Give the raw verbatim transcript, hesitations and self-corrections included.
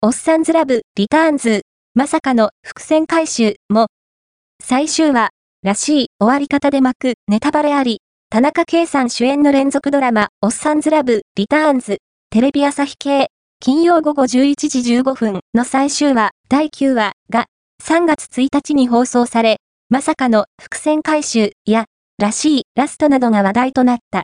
オッサンズラブ、リターンズ、まさかの伏線回収も、最終話、らしい終わり方で巻くネタバレあり、田中圭さん主演の連続ドラマ、オッサンズラブ、リターンズ、テレビ朝日系、金曜午後じゅういちじじゅうごふんの最終話、だいきゅうわが、さんがつついたちに放送され、まさかの伏線回収や、らしいラストなどが話題となった。